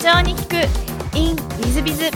長に聞く in ウィズビズ。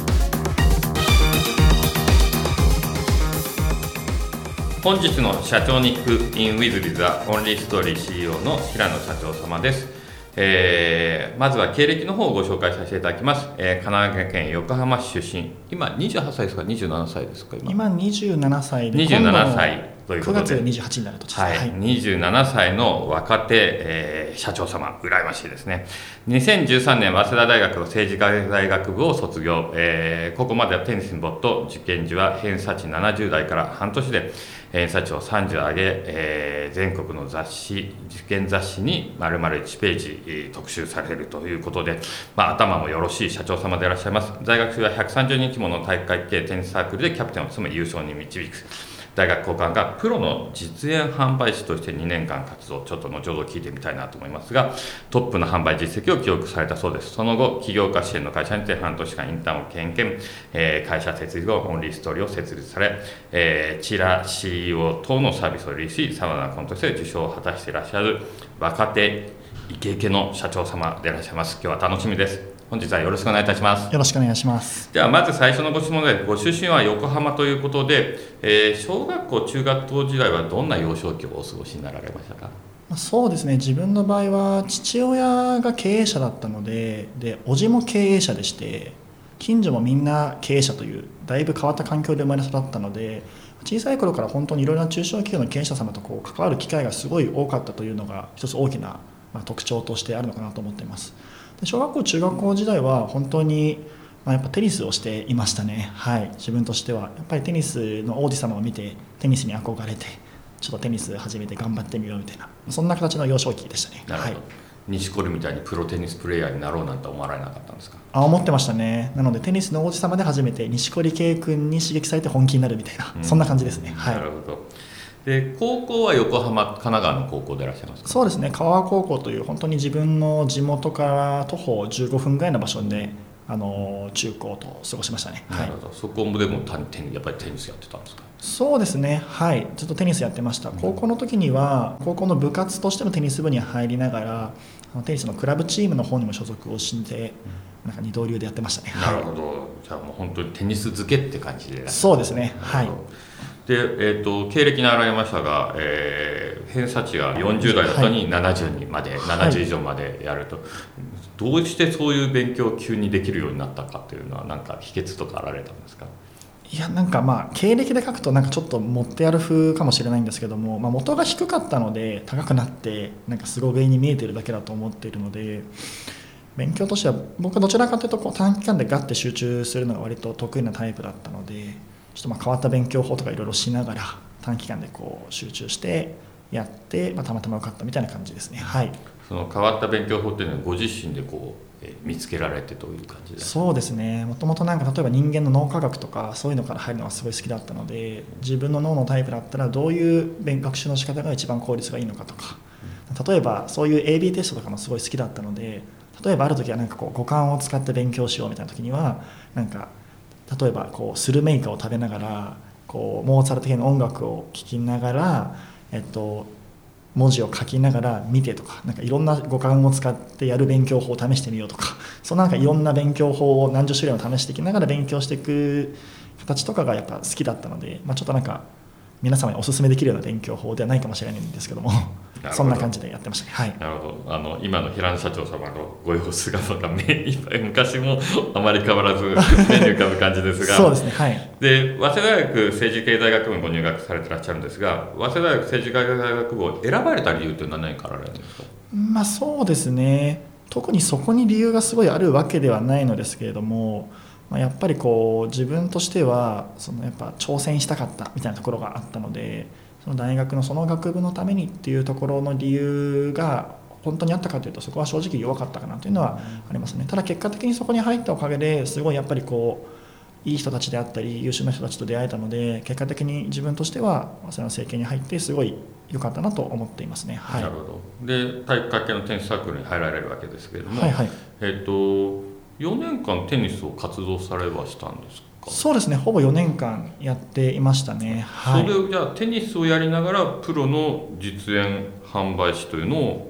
本日の社長に聞く in ウィズビズはオンリーストーリー CEO の平野社長様です。まずは経歴の方をご紹介させていただきます。神奈川県横浜市出身。今28歳ですか27歳ですか。 今27歳で 27歳ということで 9月28になるとですね、 はい、27歳の若手、社長様、羨ましいですね。2013年早稲田大学の政治学大学部を卒業、ここまではテニスに没頭、受験時は偏差値70代から半年で偏差値を30上げ、全国の雑誌、受験雑誌に丸々1ページ特集されるということで、頭もよろしい社長様でいらっしゃいます。在学中は130日もの体育会系テニスサークルでキャプテンを務め優勝に導く。大学交換がプロの実演販売士として2年間活動、ちょっと後ほど聞いてみたいなと思いますが、トップの販売実績を記録されたそうです。その後、起業家支援の会社にて半年間インターンを経験、会社設立後、オンリーストーリーを設立され、チラ CEO 等のサービスをリリースし、さまざまなコンテストで受賞を果たしていらっしゃる若手イケイケの社長様でいらっしゃいます。今日は楽しみです。本日はよろしくお願いいたします。 よろしくお願いします。 ではまず最初のご質問で、ご出身は横浜ということで、小学校中学校時代はどんな幼少期をお過ごしになられましたか？ そうですね、自分の場合は父親が経営者だったので、叔父も経営者でして、近所もみんな経営者というだいぶ変わった環境で生まれ育ったので、小さい頃から本当にいろいろな中小企業の経営者様と関わる機会がすごい多かったというのが一つ大きな特徴としてあるのかなと思っています。で小学校中学校時代は本当にやっぱテニスをしていましたね。はい、自分としてはやっぱりテニスの王子様を見てテニスに憧れて、ちょっとテニス始めて頑張ってみようみたいな、そんな形の幼少期でしたね。 なるほど、はい、錦織みたいにプロテニスプレーヤーになろうなんて思われなかったんですか？ 思ってましたね。なのでテニスの王子様で初めて錦織圭君に刺激されて本気になるみたいな、そんな感じですね。はい、 なるほど。で高校は横浜神奈川の高校でいらっしゃいますか？ そうですね、川高校という本当に自分の地元から徒歩15分ぐらいの場所で中高と過ごしましたね。 なるほど、はい、そこもでもやっぱりテニスやってたんですか？ そうですね、はい、ずっとテニスやってました。高校の時には高校の部活としてのテニス部に入りながら、テニスのクラブチームの方にも所属をして、なんか二刀流でやってましたね。 なるほど、はい、じゃあもう本当にテニス漬けって感じで。 そうですね、はい。 で経歴にあられましたが、偏差値が40代だったのに70にまで、はい、70以上までやると、どうしてそういう勉強を急にできるようになったかというのは何か秘訣とかあられたんですか？ いや、なんか経歴で書くとなんかちょっと持ってやる風かもしれないんですけども、元が低かったので高くなってなんかすごい上に見えてるだけだと思っているので、勉強としては僕はどちらかというと短期間でガッて集中するのが割と得意なタイプだったので、ちょっと変わった勉強法とかいろいろしながら短期間で集中してやって、たまたま受かったみたいな感じですね。はい、 その変わった勉強法っていうのはご自身で見つけられてという感じですか？ そうですね、もともと例えば人間の脳科学とかそういうのから入るのがすごい好きだったので、自分の脳のタイプだったらどういう学習の仕方が一番効率がいいのかとか、例えばそういう AB テストとかもすごい好きだったので、例えばある時は五感を使って勉強しようみたいな時には例えばスルメイカを食べながらモーツァルト系の音楽を聴きながら、文字を書きながら見てとか、いろんな五感を使ってやる勉強法を試してみようとか、そのいろんな勉強法を何十種類も試していきながら勉強していく形とかがやっぱ好きだったので、ちょっと皆様にお勧めできるような勉強法ではないかもしれないんですけども、そんな感じでやってましたね。はい、なるほど。今の平野社長様のご様子が昔もあまり変わらず目に浮かぶ感じですがそうですね、はい、で早稲田大学政治経済学部にご入学されていらっしゃるんですが、早稲田大学政治経済学部を選ばれた理由というのは何かあられるんですか？ そうですね、特にそこに理由がすごいあるわけではないのですけれども、やっぱり自分としてはやっぱ挑戦したかったみたいなところがあったので、その大学のその学部のためにっていうところの理由が本当にあったかというと、そこは正直弱かったかなというのはありますね。ただ結果的にそこに入ったおかげですごいやっぱりいい人たちであったり優秀な人たちと出会えたので、結果的に自分としては早稲田の政経に入ってすごい良かったなと思っていますね。はい、 なるほど。で体育会系のテニスサークルに入られるわけですけれども、 はいはい、 4年間テニスを活動されはしたんですか？ そうですね、ほぼ4年間やっていましたね。はい、 それをじゃあテニスをやりながらプロの実演販売士というのを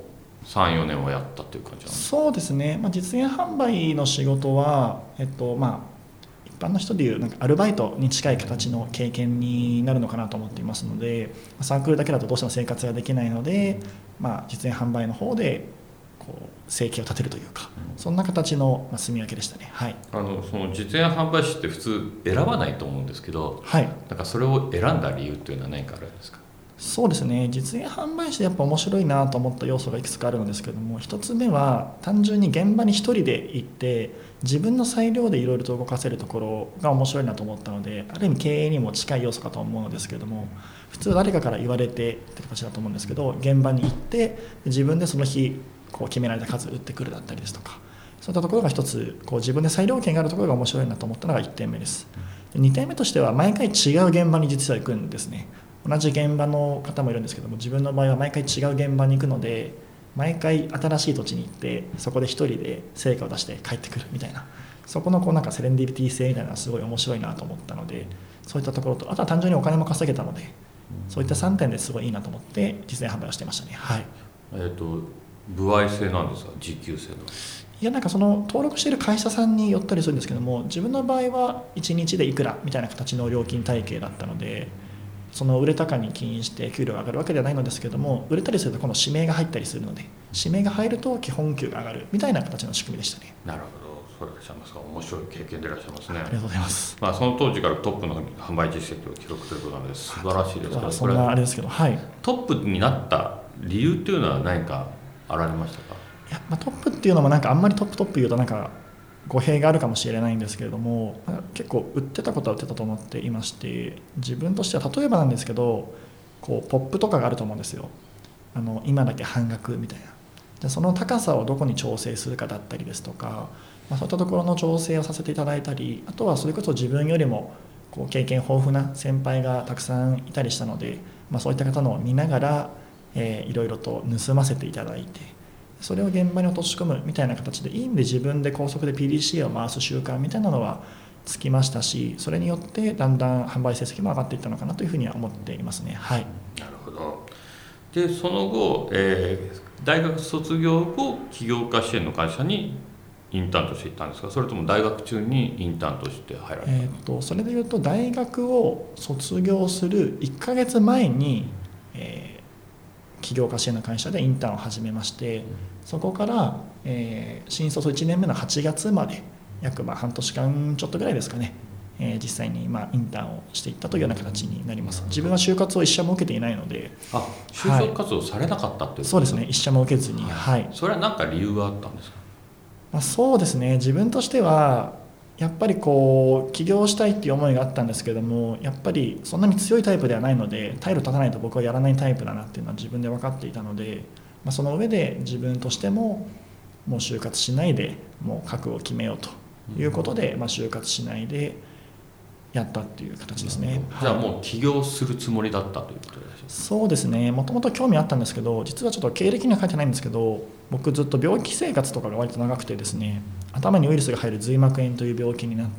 3、4年はやったっていう感じなんですか？ そうですね、実現販売の仕事は、一般の人でいうなんかアルバイトに近い形の経験になるのかなと思っていますので、サークルだけだとどうしても生活ができないので、実現販売の方でこう生計を立てるというか、そんな形の住み分けでしたね。はい、 その実演販売士って普通選ばないと思うんですけど、 はい、 なんかそれを選んだ理由っていうのは何かあるんですか？ そうですね、実演販売士でやっぱ面白いなと思った要素がいくつかあるんですけども、一つ目は単純に現場に一人で行って自分の裁量でいろいろと動かせるところが面白いなと思ったので、ある意味経営にも近い要素かと思うのですけれども、普通誰かから言われてって形だと思うんですけど、現場に行って自分でその日こう決められた数打ってくるだったりですとか、そういったところが一つこう自分で裁量権があるところが面白いなと思ったのが1点目です。で2点目としては毎回違う現場に実は行くんですね。同じ現場の方もいるんですけども、自分の場合は毎回違う現場に行くので、毎回新しい土地に行ってそこで一人で成果を出して帰ってくるみたいな、そこのこうなんかセレンディピティ性みたいなのがすごい面白いなと思ったので、そういったところと、あとは単純にお金も稼げたので、そういった3点ですごいいいなと思って実演販売をしてましたね。はい、 歩合制なんですか、時給制なんですか？ いや、なんかその登録している会社さんによったりするんですけども、自分の場合は1日でいくらみたいな形の料金体系だったので、その売れたかに起因して給料が上がるわけではないのですけども、売れたりすると今度指名が入ったりするので、指名が入ると基本給が上がるみたいな形の仕組みでしたね。 なるほど、そういらっしゃいますか。面白い経験でいらっしゃいますね。 ありがとうございます。 その当時からトップの販売実績を記録ということなので素晴らしいですけど、 そんなあれですけど、はい、 トップになった理由っていうのは何かあられましたか？ いや、トップっていうのもなんかあんまりトップ言うとなんか語弊があるかもしれないんですけれども、結構売ってたことは売ってたと思っていまして、自分としては例えばなんですけど、こうポップとかがあると思うんですよ。今だけ半額みたいな。でその高さをどこに調整するかだったりですとか、そういったところの調整をさせていただいたり、あとはそれこそ自分よりもこう経験豊富な先輩がたくさんいたりしたので、そういった方のを見ながら、いろいろと盗ませていただいて、それを現場に落とし込むみたいな形で、いい意味で自分で高速で PDCA を回す習慣みたいなのはつきましたし、それによってだんだん販売成績も上がっていったのかなというふうには思っていますね。はい、 なるほど。でその後、大学卒業後起業家支援の会社にインターンとして行ったんですか、それとも大学中にインターンとして入られた？ それでいうと大学を卒業する1ヶ月前に、起業家支援の会社でインターンを始めまして、そこから、新卒1年目の8月まで約半年間ちょっとぐらいですかね、実際にインターンをしていったというような形になります。自分は就活を一社も受けていないので。 就職活動されなかったっていうことですか？ そうですね、一社も受けずに。はい、 それは何か理由があったんですか？ そうですね、自分としてはやっぱりこう起業したいっていう思いがあったんですけども、やっぱりそんなに強いタイプではないので、退路立たないと僕はやらないタイプだなっていうのは自分で分かっていたので、その上で自分としてももう就活しないでもう覚悟を決めようということで、就活しないでやったっていう形ですね。 じゃあもう起業するつもりだったということでしょうか？ そうですね、もともと興味あったんですけど、実はちょっと経歴には書いてないんですけど、僕ずっと病気生活とかが割と長くてですね、頭にウイルスが入る髄膜炎という病気になって、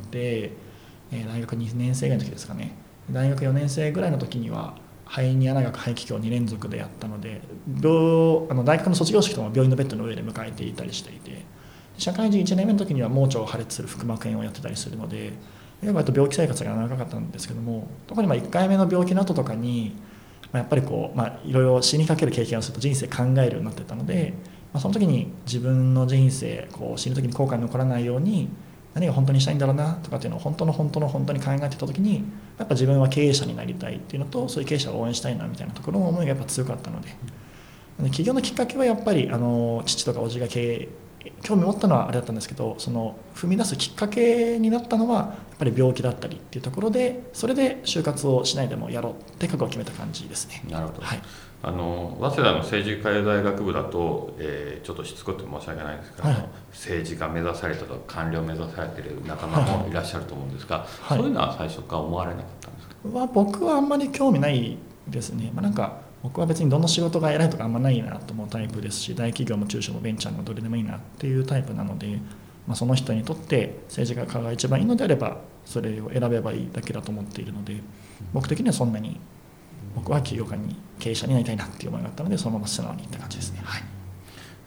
大学2年生ぐらいの時ですかね、大学4年生ぐらいの時には肺に穴が開く肺気胸2連続でやったので、大学の卒業式とも病院のベッドの上で迎えていたりしていて、社会人1年目の時には盲腸を破裂する腹膜炎をやってたりするので、病気生活が長かったんですけども、特に1回目の病気の後とかにやっぱりこう、いろいろ死にかける経験をすると人生考えるようになってたので、その時に自分の人生こう死ぬ時に後悔に残らないように何が本当にしたいんだろうなとかっていうのを本当に考えてた時に、やっぱ自分は経営者になりたいっていうのと、そういう経営者を応援したいなみたいなところの思いがやっぱ強かったので、起業のきっかけはやっぱり父とか叔父が興味を持ったのはあれだったんですけど、その踏み出すきっかけになったのはやっぱり病気だったりっていうところで、それで就活をしないでもやろうって覚悟を決めた感じですね。 なるほど、 はい、 早稲田の政治科学大学部だと、ちょっとしつこくて申し訳ないんですけど、政治家目指されたとか官僚目指されている仲間もいらっしゃると思うんですが、そういうのは最初から思われなかったんですか？ 僕はあんまり興味ないですね。なんか僕は別にどの仕事が偉いとかあんまないなと思うタイプですし、大企業も中小もベンチャーもどれでもいいなっていうタイプなので、その人にとって政治家が一番いいのであればそれを選べばいいだけだと思っているので、僕的にはそんなに僕は起業家に経営者になりたいなっていう思いがあったので、そのまま素直にいった感じですね。はい、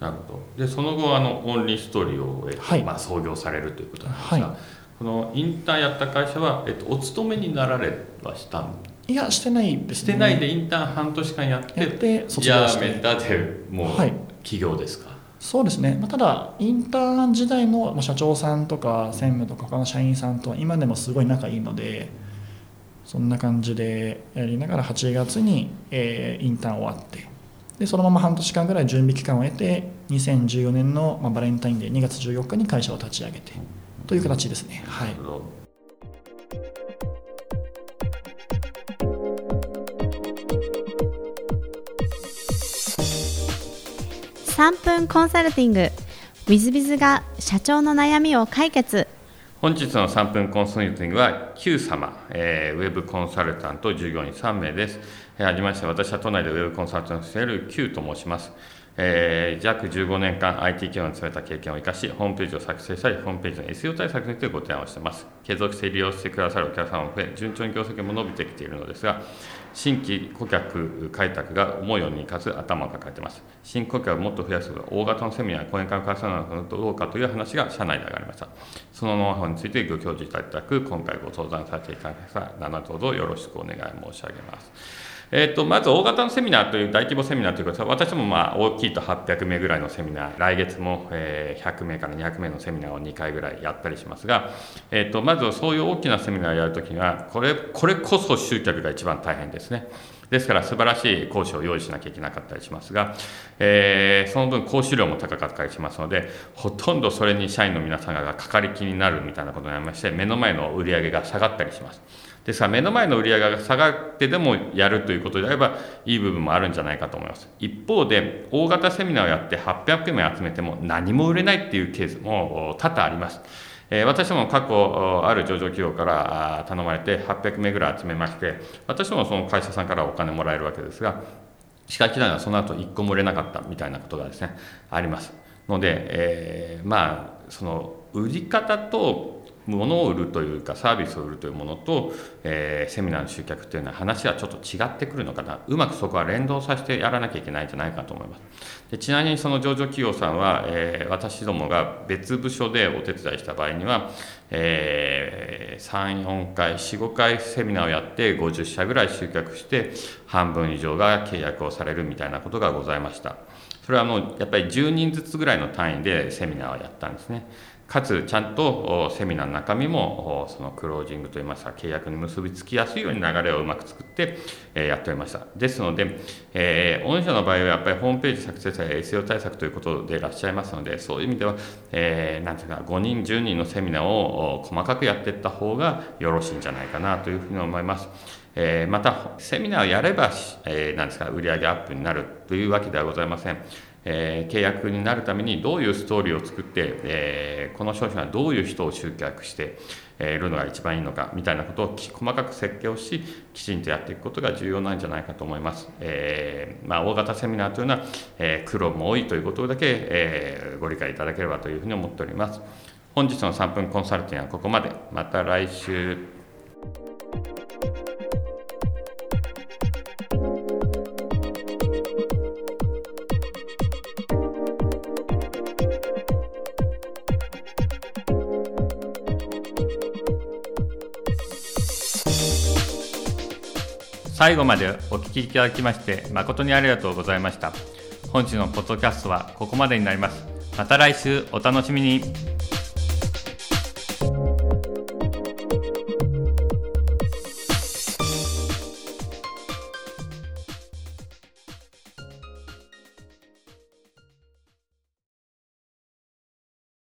なるほど。でその後オンリーストーリーを、創業されるということなんですが、このインターンやった会社は、お勤めになられはしたんですか？ いやしてないですね。 してないでインターン半年間やって卒業して辞めたでもう起業ですか？ そうですね、ただインターン時代の社長さんとか専務とか他の社員さんとは今でもすごい仲いいので、そんな感じでやりながら8月に、インターン終わって、でそのまま半年間ぐらい準備期間を得て2014年の、バレンタインデー2月14日に会社を立ち上げてという形ですね。はい。 3分コンサルティング WithBiz が社長の悩みを解決。 本日の3分コンサルティングは Q 様、ウェブコンサルタント従業員3名です。はじめまして、私は都内でウェブコンサルタントをしている Q と申します。約15年間 IT 企業に勤めた経験を生かし、ホームページを作成したり、ホームページの SEO 対策についてご提案をしています。継続して利用してくださるお客様も増え、順調に業績も伸びてきているのですが、新規顧客開拓が思うようにいかず頭を抱えています。新顧客をもっと増やす大型のセミナー、講演会を開催するのかどうかという話が社内で上がりました。そのノウハウについてご教示いただく、今回ご相談させていただきました。どうぞよろしくお願い申し上げます。まず大型のセミナーという大規模セミナーということは、私も大きいと800名ぐらいのセミナー、来月も100名から200名のセミナーを2回ぐらいやったりしますが、まずそういう大きなセミナーをやるときにはこれこそ集客が一番大変ですね。ですから素晴らしい講師を用意しなきゃいけなかったりしますが、その分講師料も高かったりしますので、ほとんどそれに社員の皆さんがかかりきりになるみたいなことになりまして、目の前の売り上げが下がったりします。ですから目の前の売り上げが下がってでもやるということであればいい部分もあるんじゃないかと思います。一方で大型セミナーをやって800名集めても何も売れないっていうケースも多々あります。私も過去ある上場企業から頼まれて800名ぐらい集めまして、私もその会社さんからお金もらえるわけですが、しかしながらその後1個も売れなかったみたいなことがですねありますので、その売り方と物を売るというかサービスを売るというものと、セミナーの集客というのは話はちょっと違ってくるのかな。うまくそこは連動させてやらなきゃいけないんじゃないかと思います。でちなみにその上場企業さんは、私どもが別部署でお手伝いした場合には、3、4回、4、5回セミナーをやって50社ぐらい集客して半分以上が契約をされるみたいなことがございました。それはやっぱり10人ずつぐらいの単位でセミナーをやったんですね。かつちゃんとセミナーの中身もそのクロージングといいますか契約に結びつきやすいように流れをうまく作ってやっておりました。ですので、御社の場合はやっぱりホームページ作成され SEO 対策ということでいらっしゃいますので、そういう意味では、なんていうか5人10人のセミナーを細かくやっていった方がよろしいんじゃないかなというふうに思います。またセミナーをやれば、なんですか売上アップになるというわけではございません。契約になるためにどういうストーリーを作って、この商品はどういう人を集客しているのが一番いいのかみたいなことを細かく設計をしきちんとやっていくことが重要なんじゃないかと思います。大型セミナーというのは、苦労も多いということだけ、ご理解いただければというふうに思っております。本日の3分コンサルティングはここまで。また来週。最後までお聞きいただきまして誠にありがとうございました。本日のポッドキャストはここまでになります。また来週お楽しみに。